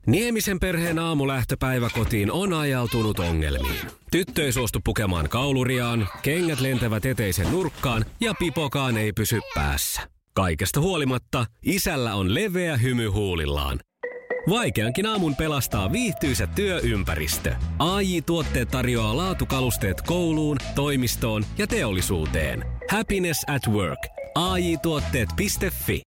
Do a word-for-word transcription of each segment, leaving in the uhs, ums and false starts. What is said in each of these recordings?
Niemisen perheen aamulähtöpäivä kotiin on ajautunut ongelmiin. Tyttö ei suostu pukemaan kauluriaan, kengät lentävät eteisen nurkkaan ja pipokaan ei pysy päässä. Kaikesta huolimatta, isällä on leveä hymy huulillaan. Vaikeankin aamun pelastaa viihtyisä työympäristö. A J-tuotteet tarjoaa laatukalusteet kouluun, toimistoon ja teollisuuteen. Happiness at work. A J tuotteet piste fi.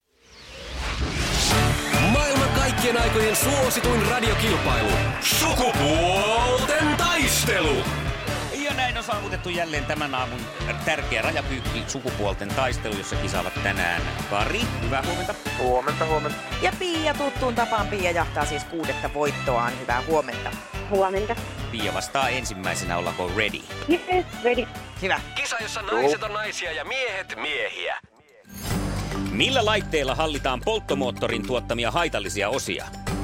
Maailman kaikkien aikojen suosituin radiokilpailu. Sukupuolten taistelu. Ja näin on saavutettu jälleen tämän aamun tärkeä rajapyykki sukupuolten taistelu, jossa kisaavat tänään Kari. Hyvää huomenta. Huomenta, huomenta. Ja Pia tuttuun tapaan. Pia jahtaa siis kuudetta voittoaan. Hyvää huomenta. Huomenta. Pia vastaa ensimmäisenä, ollako ready? Yes, ready. Hyvä. Kisa, jossa naiset on naisia ja miehet miehiä. Millä laitteella hallitaan polttomoottorin tuottamia haitallisia osia?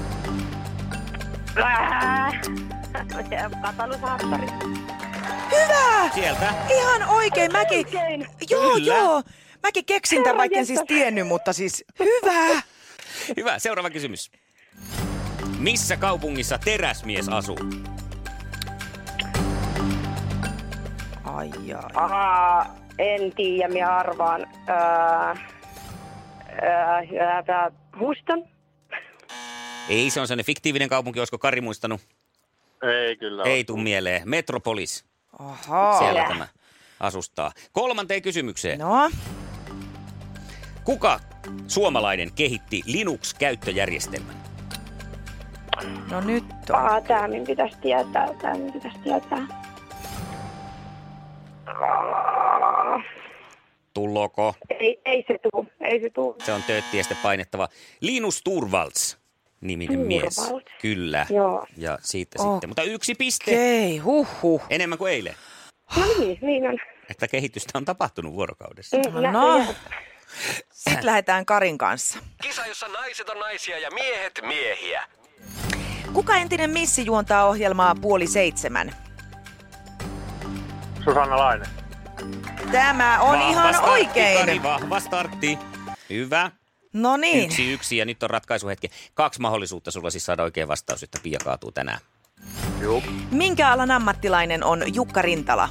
Katalysaattori. Hyvä! Sieltä. Ihan oikein. Mäkin. Oikein. Joo, Kyllä. joo. Mäkin keksin tämän, Herra vaikka en siis jestas. tiennyt, mutta siis hyvä. Hyvä, seuraava kysymys. Missä kaupungissa teräsmies asuu? Ai, ai. Aha, en tiedä, minä arvaan. Öö, öö, Houston. Ei, se on sellainen fiktiivinen kaupunki, olisiko Kari muistanut? Ei kyllä. Ei tuu mieleen. Metropolis. Ahaa. Siellä tämä asustaa. Kolmanteen kysymykseen. No, Kuka suomalainen kehitti Linux-käyttöjärjestelmän? no nyt on. Ah, tää minun pitäisi tietää, tää minun pitäisi tietää. Ah, Tulloko? ei, ei se tuu, ei se tuu. Se on tööttiestä painettava. Linus Torvalds niminen mies. Torvalds. Kyllä. Joo. Ja siitä Oh. sitten. Mutta yksi piste. Okei, huhhuh. Enemmän kuin eilen. No niin, niin on. Että kehitystä on tapahtunut vuorokaudessa. Mm, No, näköjään. sitten lähdetään Karin kanssa. Kisa, jossa naiset on naisia ja miehet miehiä. Kuka entinen missi juontaa ohjelmaa puoli seitsemän? Susanna Laine. Tämä on Vahva ihan startti, oikein. Kari, vahva startti. Hyvä. No niin. Yksi yksi ja nyt on ratkaisuhetki. Kaksi mahdollisuutta sulla siis saada oikein vastaus, että Pia kaatuu tänään. Juu. Minkä alan ammattilainen on Jukka Rintala?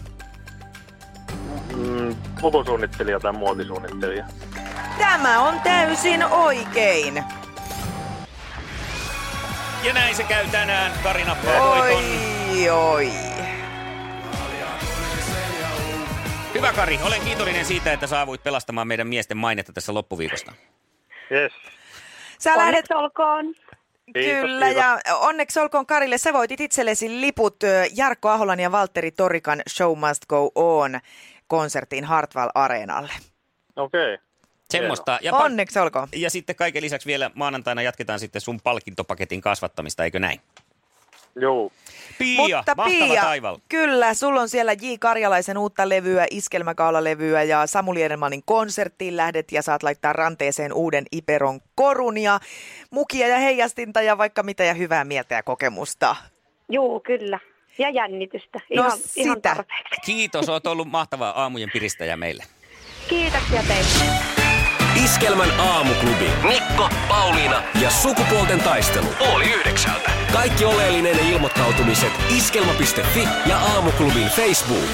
Mm, pukusuunnittelija tai muotisuunnittelija. Tämä on täysin oikein. Ja näin se käy tänään. Kari nappaa voiton. Oi, oi. Hyvä Kari, olen kiitollinen siitä, että saavuit pelastamaan meidän miesten mainetta tässä loppuviikosta. Yes. Sä lähdet, Onneksi olkoon. Kiitos, kyllä, kiitos. ja onneksi olkoon Karille. Sä voitit itsellesi liput ö, Jarkko Aholan ja Valtteri Torikan Show Must Go On -konserttiin Hartwall Areenalle. Okei. Okay. Semmoista. Ja, Onneksi olkoon. ja sitten kaiken lisäksi vielä maanantaina jatketaan sitten sun palkintopaketin kasvattamista, eikö näin? Joo. Pia, Mutta mahtava Pia, taival. kyllä, sulla on siellä J. Karjalaisen uutta levyä, iskelmäkaulalevyä ja Samuli Edelmanin konserttiin lähdet ja saat laittaa ranteeseen uuden Iperon korun ja mukia ja heijastinta ja vaikka mitä ja hyvää mieltä ja kokemusta. Juu, kyllä. Ja jännitystä. No Ihan, ihan sitä. tarpeeksi. Kiitos, oot ollut mahtava aamujen piristäjä meille. Kiitoksia teille. Iskelmän aamuklubi. Mikko, Pauliina ja sukupuolten taistelu. Oli yhdeksältä. Kaikki oleellinen ilmoittautumiset iskelma piste fi ja aamuklubin Facebook.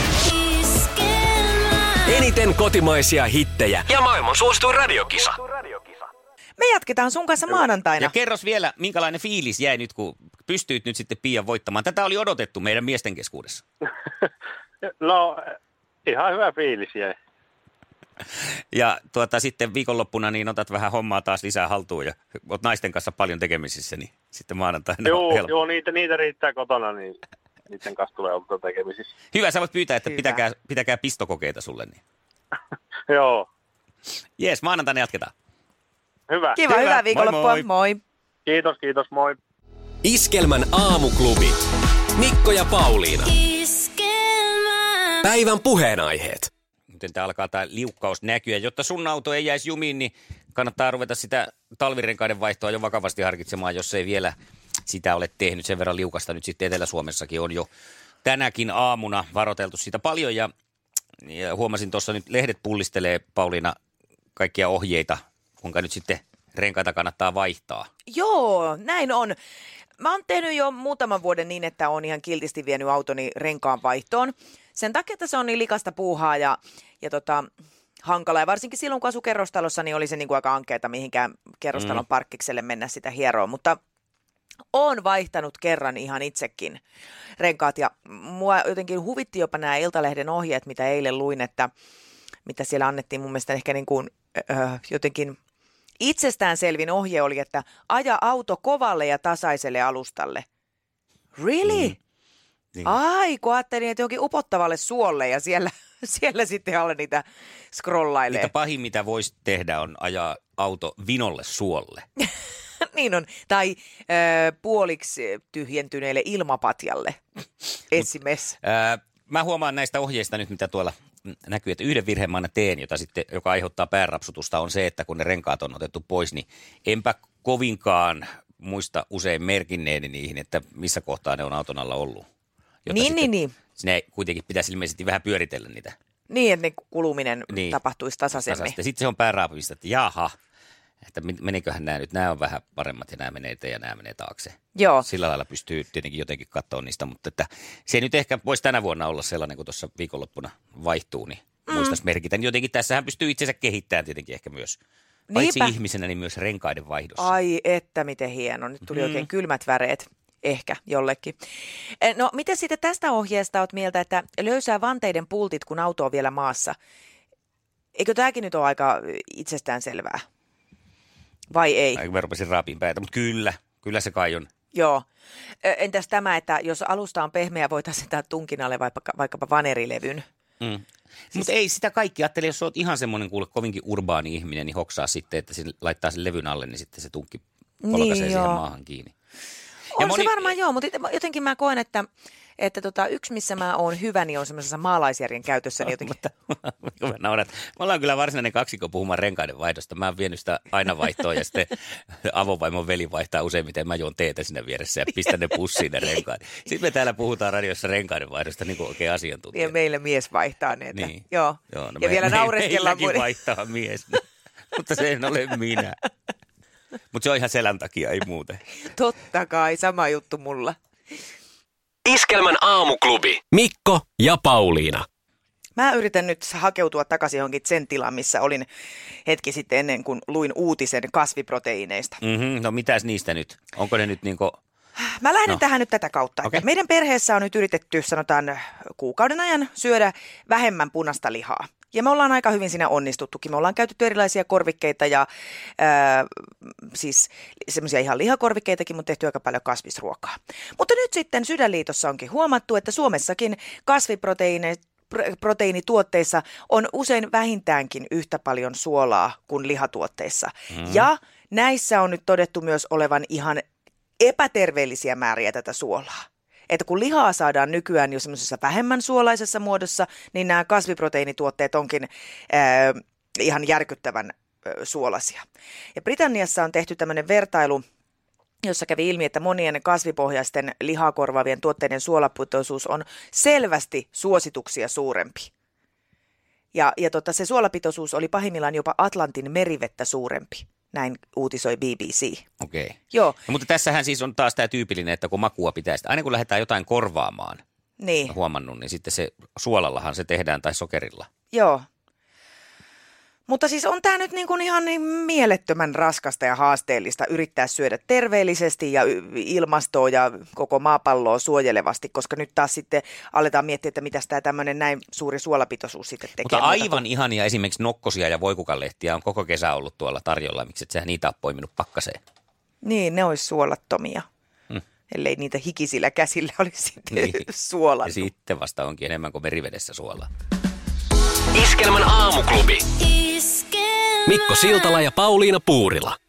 Eniten kotimaisia hittejä ja maailman suosituin radiokisa. Me jatketaan sun kanssa maanantaina. Ja kerros vielä, minkälainen fiilis jäi nyt, kun pystyit nyt sitten Pian voittamaan. Tätä oli odotettu meidän miesten keskuudessa. No, ihan hyvä fiilis jäi. Ja tuota, sitten viikonloppuna niin otat vähän hommaa taas lisää haltuun ja oot naisten kanssa paljon tekemisissä, niin sitten maanantaina on Joo, helppo. joo niitä, niitä riittää kotona, niin niiden kanssa tulee oltua tekemisissä. Hyvä, sä voit pyytää, että Hyvä. pitäkää, pitäkää pistokokeita sulle. Niin. Joo, Jees, maanantaina jatketaan. hyvä. Kiva, Hyvä. hyvää viikonloppua. Moi, moi. moi. Kiitos, kiitos, moi. Iskelmän aamuklubi. Mikko ja Pauliina. Päivän puheenaiheet. Miten tää alkaa tää liukkaus näkyä. Jotta sun auto ei jäisi jumiin, niin kannattaa ruveta sitä talvirenkaiden vaihtoa jo vakavasti harkitsemaan, jos ei vielä sitä ole tehnyt. Sen verran liukasta nyt sitten Etelä-Suomessakin on jo tänäkin aamuna varoteltu sitä paljon. Ja, ja huomasin tuossa nyt lehdet pullistelee, Pauliina, kaikkia ohjeita, kuinka nyt sitten renkaita kannattaa vaihtaa. Joo, näin on. Mä oon tehnyt jo muutaman vuoden niin, että on ihan kiltisti vienyt autoni renkaan vaihtoon. Sen takia, että se on niin likasta puuhaa ja, ja tota, hankala. Ja varsinkin silloin, kun asui kerrostalossa, niin oli se niin kuin aika ankeeta mihinkään kerrostalon mm. parkkikselle mennä sitä hieroon. Mutta oon vaihtanut kerran ihan itsekin renkaat ja mua jotenkin huvitti jopa nämä Iltalehden ohjeet, mitä eilen luin, että mitä siellä annettiin mun mielestä ehkä niin kuin öö, jotenkin itsestäänselvin ohje oli, että aja auto kovalle ja tasaiselle alustalle. Really? Mm. Niin. Ai, kun ajattelin, että johonkin upottavalle suolle ja siellä, siellä sitten alle niitä scrollailee. Mitä pahin, mitä voisi tehdä, on ajaa auto vinolle suolle. Niin on. Tai ö, puoliksi tyhjentyneelle ilmapatjalle esimerkiksi. Äh, mä huomaan näistä ohjeista nyt, mitä tuolla näkyy, että yhden virheen mä aina teen, jota sitten, joka aiheuttaa päänrapsutusta, on se, että kun ne renkaat on otettu pois, niin enpä kovinkaan muista usein merkinneeni niihin, että missä kohtaa ne on auton alla ollut. Niin, niin, niin. Sinne kuitenkin pitäisi ilmeisesti vähän pyöritellä niitä. Niin, että ne kuluminen niin, tapahtuisi tasaisemmin. Tasaisesti. Sitten se on päänraapimista, että jaha, että meniköhän nämä nyt, nämä on vähän paremmat ja nämä menee eteen ja nämä menee taakse. Joo. Sillä lailla pystyy tietenkin jotenkin katsoa niistä, mutta että se nyt ehkä voisi tänä vuonna olla sellainen, kun tuossa viikonloppuna vaihtuu, niin mm. muistaisi merkitä. Jotenkin tässähän pystyy itsensä kehittämään tietenkin ehkä myös. Paitsi Niipä. ihmisenä, niin myös renkaiden vaihdossa. Ai että miten hieno. Nyt tuli mm. oikein kylmät väreet. Ehkä jollekin. No miten sitten tästä ohjeesta olet mieltä, että löysää vanteiden pultit, kun auto on vielä maassa? Eikö tämäkin nyt ole aika itsestäänselvää? Vai ei? Mä rupesin raapiin päätä, mutta kyllä. Kyllä se kai on. Joo. Entäs tämä, että jos alusta on pehmeä, voitaisiin asettaa tunkin alle vaikka, vaikkapa vanerilevyn? Mm. Siis... Mutta ei sitä kaikki. Ajattele, jos olet ihan semmoinen kuule kovinkin urbaani ihminen, niin hoksaa sitten, että se laittaa sen levyn alle, niin sitten se tunkki polkaisee niin, siihen maahan kiinni. On moni... se varmaan joo, mutta jotenkin mä koen, että, että tota, yksi missä mä oon hyvä, niin on semmoisessa maalaisjärjen käytössä. Niin jotenkin... mä nauran. Me ollaan kyllä varsinainen kaksikko puhumaan renkaiden vaihdosta. Mä oon vienyt sitä aina vaihtoa ja sitten avovaimon veli vaihtaa useimmiten. Mä juon teetä siinä vieressä ja pistän ne pussiin ne renkaat. Sitten me täällä puhutaan radiossa renkaiden vaihdosta niin kuin oikein asiantuntija. Ja meillä mies vaihtaa ne. Niin. Joo. joo no ja me, vielä me, naureskellaan. Meilläkin vaihtaa mies, mutta se en ole minä. Mutta se on ihan selän takia, ei muuten. Totta kai, sama juttu mulla. Iskelmän aamuklubi. Mikko ja Pauliina. Mä yritän nyt hakeutua takaisin johonkin sen tilaan, missä olin hetki sitten ennen kuin luin uutisen kasviproteiineista. Mm-hmm. No mitäs niistä nyt? Onko ne nyt niinku... Mä lähden no. tähän nyt tätä kautta. Okay. Meidän perheessä on nyt yritetty, sanotaan, kuukauden ajan syödä vähemmän punaista lihaa. Ja me ollaan aika hyvin siinä onnistuttukin. Me ollaan käytetty erilaisia korvikkeita ja ää, siis semmoisia ihan lihakorvikkeitakin, mutta tehty aika paljon kasvisruokaa. Mutta nyt sitten Sydänliitossa onkin huomattu, että Suomessakin kasviproteiinituotteissa on usein vähintäänkin yhtä paljon suolaa kuin lihatuotteissa. Mm. Ja näissä on nyt todettu myös olevan ihan epäterveellisiä määriä tätä suolaa. Että kun lihaa saadaan nykyään jo semmoisessa vähemmän suolaisessa muodossa, niin nämä kasviproteiinituotteet onkin ää, ihan järkyttävän ää, suolaisia. Ja Britanniassa on tehty tämmöinen vertailu, jossa kävi ilmi, että monien kasvipohjaisten lihaa korvaavien tuotteiden suolapitoisuus on selvästi suosituksia suurempi. Ja, ja tota, se suolapitoisuus oli pahimmillaan jopa Atlantin merivettä suurempi. Näin uutisoi B B C. Okei. Okay. Joo. No, mutta tässähän siis on taas tämä tyypillinen, että kun makua pitää sitä, aina kun lähdetään jotain korvaamaan, niin. huomannut, niin sitten se suolallahan se tehdään tai sokerilla. Joo. Mutta siis on tämä nyt niin kuin ihan niin mielettömän raskasta ja haasteellista yrittää syödä terveellisesti ja ilmastoa ja koko maapalloa suojelevasti, koska nyt taas sitten aletaan miettiä, että mitäs tämä tämmöinen näin suuri suolapitoisuus sitten tekee. Mutta aivan kuin... ihania esimerkiksi nokkosia ja voikukanlehtiä on koko kesä ollut tuolla tarjolla, miksi et sä niitä ole poiminut pakkaseen? Niin, ne olisi suolattomia, hmm. ellei niitä hikisillä käsillä olisi sitten niin. suolannut. Ja sitten vasta onkin enemmän kuin merivedessä suolaa. Iskelmän aamuklubi. Mikko Siltala ja Pauliina Puurila.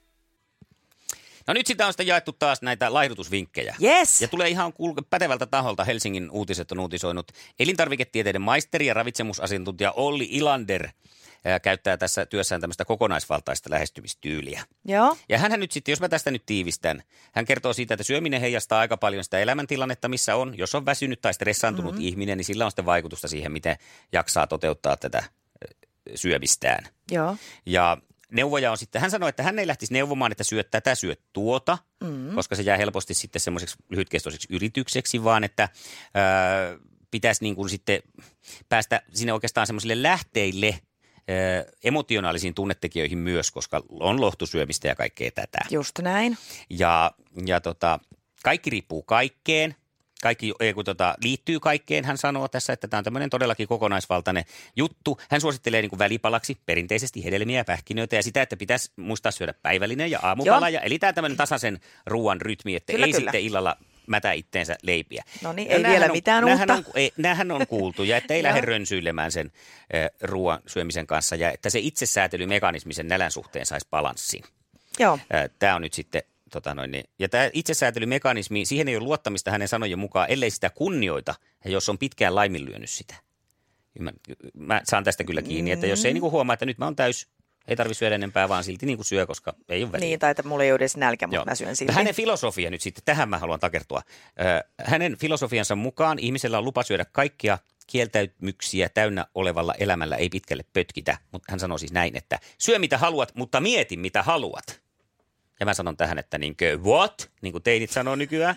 No nyt sitä on sitten jaettu taas näitä laihdutusvinkkejä. Yes. Ja tulee ihan kulke pätevältä taholta. Helsingin Uutiset on uutisoinut. Elintarviketieteiden maisteri ja ravitsemusasiantuntija Olli Ilander ää, käyttää tässä työssään tämmöistä kokonaisvaltaista lähestymistyyliä. Joo. Ja hänhän nyt sitten, jos mä tästä nyt tiivistän, hän kertoo siitä, että syöminen heijastaa aika paljon sitä elämäntilannetta, missä on. Jos on väsynyt tai stressaantunut mm-hmm. ihminen, niin sillä on sitten vaikutusta siihen, miten jaksaa toteuttaa tätä syömistään. Joo. Ja neuvoja on sitten, hän sanoi, että hän ei lähtisi neuvomaan, että syöt tätä, syöt tuota, mm. koska se jää helposti sitten semmoiseksi lyhytkestoiseksi yritykseksi, vaan että ää, pitäisi niin kuin sitten päästä sinne oikeastaan semmoisille lähteille, ää, emotionaalisiin tunnetekijöihin myös, koska on lohtusyömistä ja kaikkea tätä. Just näin. Ja, ja tota, kaikki riippuu kaikkeen. Kaikki kun tota, liittyy kaikkeen, hän sanoo tässä, että tämä on tämmöinen todellakin kokonaisvaltainen juttu. Hän suosittelee niin kuin välipalaksi perinteisesti hedelmiä ja pähkinöitä ja sitä, että pitäisi muistaa syödä päivällinen ja aamupala. Ja, eli tämä tämmöinen tasaisen ruoan rytmi, että kyllä, ei kyllä. sitten illalla mätä itteensä leipiä. No niin, ei vielä on, mitään näähän uutta. On, ei, näähän on kuultu ja että ei lähde rönsyilemään sen äh, ruoan syömisen kanssa ja että se itsesäätelymekanismi sen nälän suhteen saisi balanssin. Joo. Äh, tämä on nyt sitten... Tota noin, niin. Ja tämä itsesäätelymekanismi, siihen ei ole luottamista hänen sanojen mukaan, ellei sitä kunnioita, ja jos on pitkään laiminlyönyt sitä. Mä, mä saan tästä kyllä kiinni, että jos ei niinku huomaa, että nyt mä oon täys, ei tarvitse syödä enempää, vaan silti niinku syö, koska ei ole väliä. Niin, tai että mulla ei ole edes nälkä, mutta Joo. mä syön silti. Hänen filosofia nyt sitten, tähän mä haluan takertua. Hänen filosofiansa mukaan ihmisellä on lupa syödä kaikkia kieltäymyksiä täynnä olevalla elämällä ei pitkälle pötkitä. Mutta hän sanoo siis näin, että syö mitä haluat, mutta mieti mitä haluat. Ja mä sanon tähän, että niinkö what? Niin kuin teinit sanoo nykyään.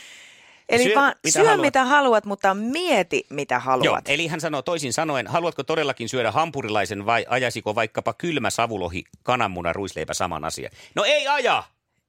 Eli syö, vaan mitä syö haluat. mitä haluat, mutta mieti mitä haluat. Joo, eli hän sanoo toisin sanoen, haluatko todellakin syödä hampurilaisen vai ajaisiko vaikkapa kylmä savulohi, kananmuna, ruisleipä saman asian? No ei aja!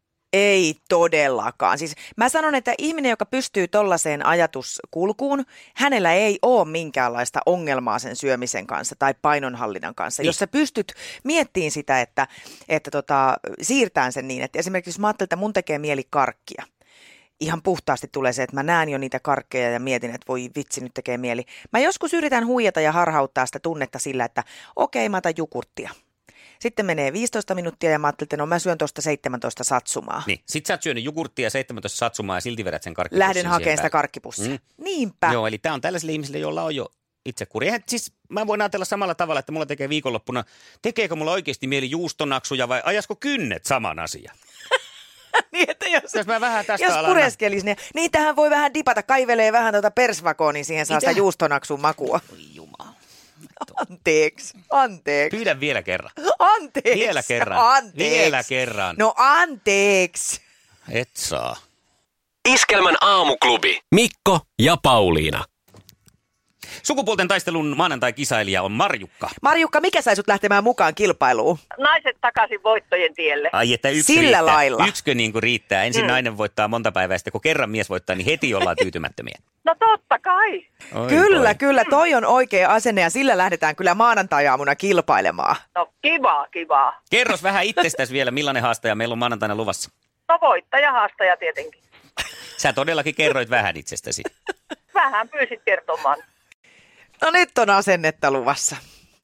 Ei todellakaan. Siis mä sanon, että ihminen, joka pystyy tollaiseen ajatuskulkuun, hänellä ei ole minkäänlaista ongelmaa sen syömisen kanssa tai painonhallinnan kanssa. Niin. Jos sä pystyt miettimään sitä, että, että tota, siirtään sen niin, että esimerkiksi jos mä ajattelin, että mun tekee mieli karkkia, ihan puhtaasti tulee se, että mä näen jo niitä karkkeja ja mietin, että voi vitsi, nyt tekee mieli. Mä joskus yritän huijata ja harhauttaa sitä tunnetta sillä, että okei, mä otan jogurttia. Sitten menee viisitoista minuuttia ja mä ajattelin, että no mä syön tuosta seitsemäntoista satsumaa. Niin, sit sä oot syönyt jogurttia ja seitsemäntoista satsumaa ja silti vedät sen karkkipussin. Lähden hakemaan sitä karkkipussia. Mm. Niinpä. Joo, eli tää on tällaisille ihmisille, joilla on jo itsekuri. Eihän, siis mä voin ajatella samalla tavalla, että mulla tekee viikonloppuna, tekeekö mulla oikeasti mieli juustonaksuja vai ajasko kynnet saman asian? Niin, että jos, jos mä vähän tästä jos alan... pureskelisi, niin, niin tähän voi vähän dipata, kaivelee vähän tuota persvakoa, niin siihen saa Itä? sitä juustonaksun makua. Oi jumala. Anteeksi, anteeksi. Pyydän vielä kerran. Anteeksi. Vielä kerran. Anteeksi. Vielä kerran. No anteeksi. Et saa. Iskelmän aamuklubi. Mikko ja Pauliina. Sukupuolten taistelun maanantai-kisailija on Marjukka. Marjukka, mikä sai sut lähtemään mukaan kilpailuun? Naiset takaisin voittojen tielle. Ai, että yksi Sillä riittää. lailla. Yksikö niin kuin riittää? Ensin mm. nainen voittaa monta päivää, sitten kun kerran mies voittaa, niin heti ollaan tyytymättömiä. No totta kai. Oi kyllä, voi. kyllä. Toi on oikea asenne ja sillä lähdetään kyllä maanantai-aamuna kilpailemaan. No kivaa, kivaa. Kerros vähän itsestäsi vielä, millainen haastaja meillä on maanantaina luvassa. No voittaja, haastaja tietenkin. Sä todellakin kerroit vähän itsestäsi. Vähän pyysit kertomaan. No nyt on asennetta luvassa.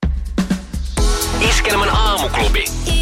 Iskelmän aamuklubi.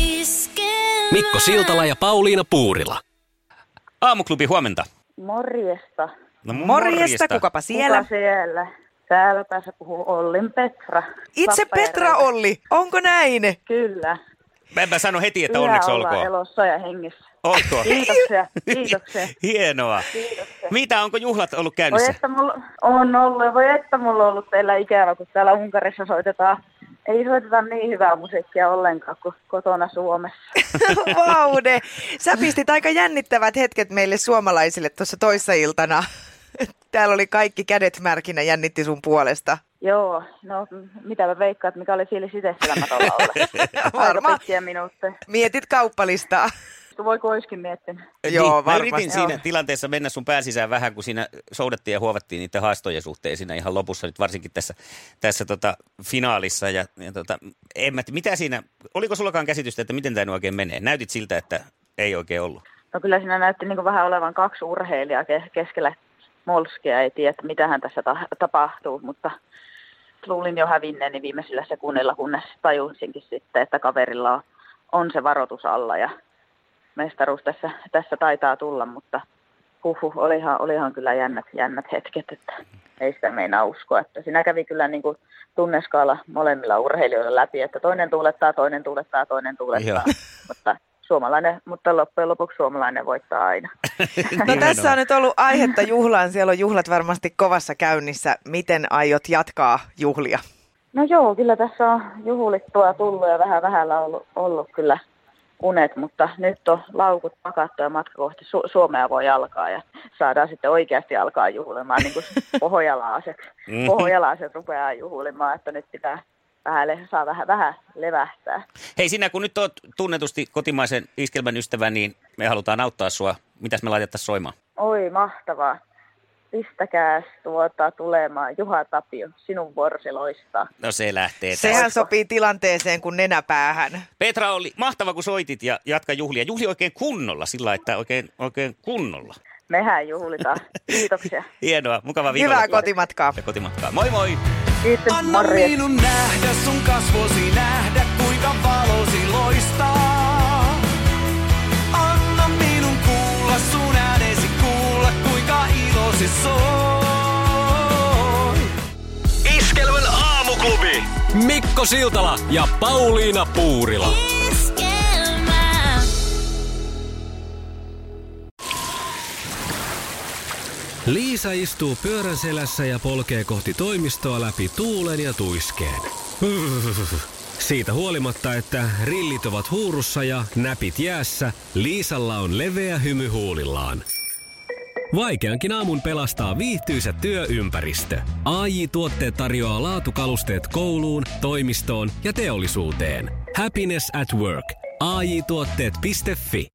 Mikko Siltala ja Pauliina Puurila. Aamuklubi, huomenta. Morjesta. No, morjesta, kukapa siellä? Kuka siellä? Täällä päässä puhuu Ollin Petra. Itse Petra Olli, onko näin? Kyllä. Mä, mä sanon heti, että Yhä onneksi ollaan olkoon. elossa ja hengissä. Olkoon. Kiitoksia, kiitoksia. Hienoa. Kiitoksia. Mitä, onko juhlat ollut Voi käynnissä? että mulla on ollut ja voi että mulla on ollut teillä ikävä, kun täällä Unkarissa soitetaan. Ei soiteta niin hyvää musiikkia ollenkaan kuin kotona Suomessa. Vaude, sä pistit aika jännittävät hetket meille suomalaisille tuossa toissa iltana. Täällä oli kaikki kädet märkinä, jännitti sun puolesta. Joo, no mitä mä veikkaan, että mikä oli fiilis itse siellä matolla olla. Varmaan. Aika minuutteja. Mietit kauppalistaa. Voiko olisikin miettinyt? Joo, niin, mä varmasti. yritin siinä Joo. tilanteessa mennä sun pään sisään vähän, kun siinä soudettiin ja huovattiin niiden haastojen suhteen siinä ihan lopussa, nyt varsinkin tässä, tässä tota finaalissa. Ja, ja tota, en mä, mitä siinä, oliko sullakaan käsitystä, että miten tämä oikein menee? Näytit siltä, että ei oikein ollut. No kyllä siinä näytti niin kuin vähän olevan kaksi urheilijaa keskellä molskia. Ei tiedä, että mitähän tässä ta- tapahtuu, mutta luulin jo hävinneeni viimeisillä sekunnilla, kunnes tajusinkin sitten, että kaverilla on, on se varoitus alla ja mestaruus tässä, tässä taitaa tulla, mutta huhhuh, olihan, olihan kyllä jännät, jännät hetket, että ei sitä meinaa uskoa. Että siinä kävi kyllä niin kuin tunneskaala molemmilla urheilijoilla läpi, että toinen tuulettaa, toinen tuulettaa, toinen tuulettaa, mutta suomalainen, mutta loppujen lopuksi suomalainen voittaa aina. No tässä on nyt ollut aihetta juhlaan, siellä on juhlat varmasti kovassa käynnissä. Miten aiot jatkaa juhlia? No joo, kyllä tässä on juhlittua tullut ja vähän vähällä ollut, ollut kyllä unet, mutta nyt on laukut pakattu ja matka kohti Su- Suomea voi alkaa ja saadaan sitten oikeasti alkaa juhlimaan, niin kuin pohjalaiset, Mm. pohjalaiset rupeaa juhlimaan, että nyt pitää vähän, le- saa vähän, vähän levähtää. Hei, sinä kun nyt olet tunnetusti kotimaisen iskelmän ystävä, niin me halutaan auttaa sua. Mitäs me laitettaisiin soimaan? Oi, mahtavaa. Pistäkääs tuota tulemaan Juha Tapio, sinun vuorosi loistaa. No se lähtee tästä. Sehän sopii tilanteeseen kuin nenäpäähän. Petra, oli mahtava kun soitit ja jatka juhlia. Juhli oikein kunnolla, sillä että oikein, oikein kunnolla. Mehän juhlitaan. Kiitoksia. Hienoa, mukava viikonloppu. Hyvää kotimatkaa. Ja kotimatkaa. Moi moi! Kiitos, Anna morjens. minun nähdä sun kasvosi, nähdä kuinka valosi loistaa. Anna minun kuulla sun äänesi, kuulla kuinka ilosi soi. Iskelmän aamuklubi. Mikko Siltala ja Pauliina Puurila. Liisa istuu pyörän selässä ja polkee kohti toimistoa läpi tuulen ja tuiskeen. Siitä huolimatta, että rillit ovat huurussa ja näpit jäässä, Liisalla on leveä hymy huulillaan. Vaikeankin aamun pelastaa viihtyisä työympäristö. A J-tuotteet tarjoaa laatukalusteet kouluun, toimistoon ja teollisuuteen. Happiness at work. A J tuotteet piste fi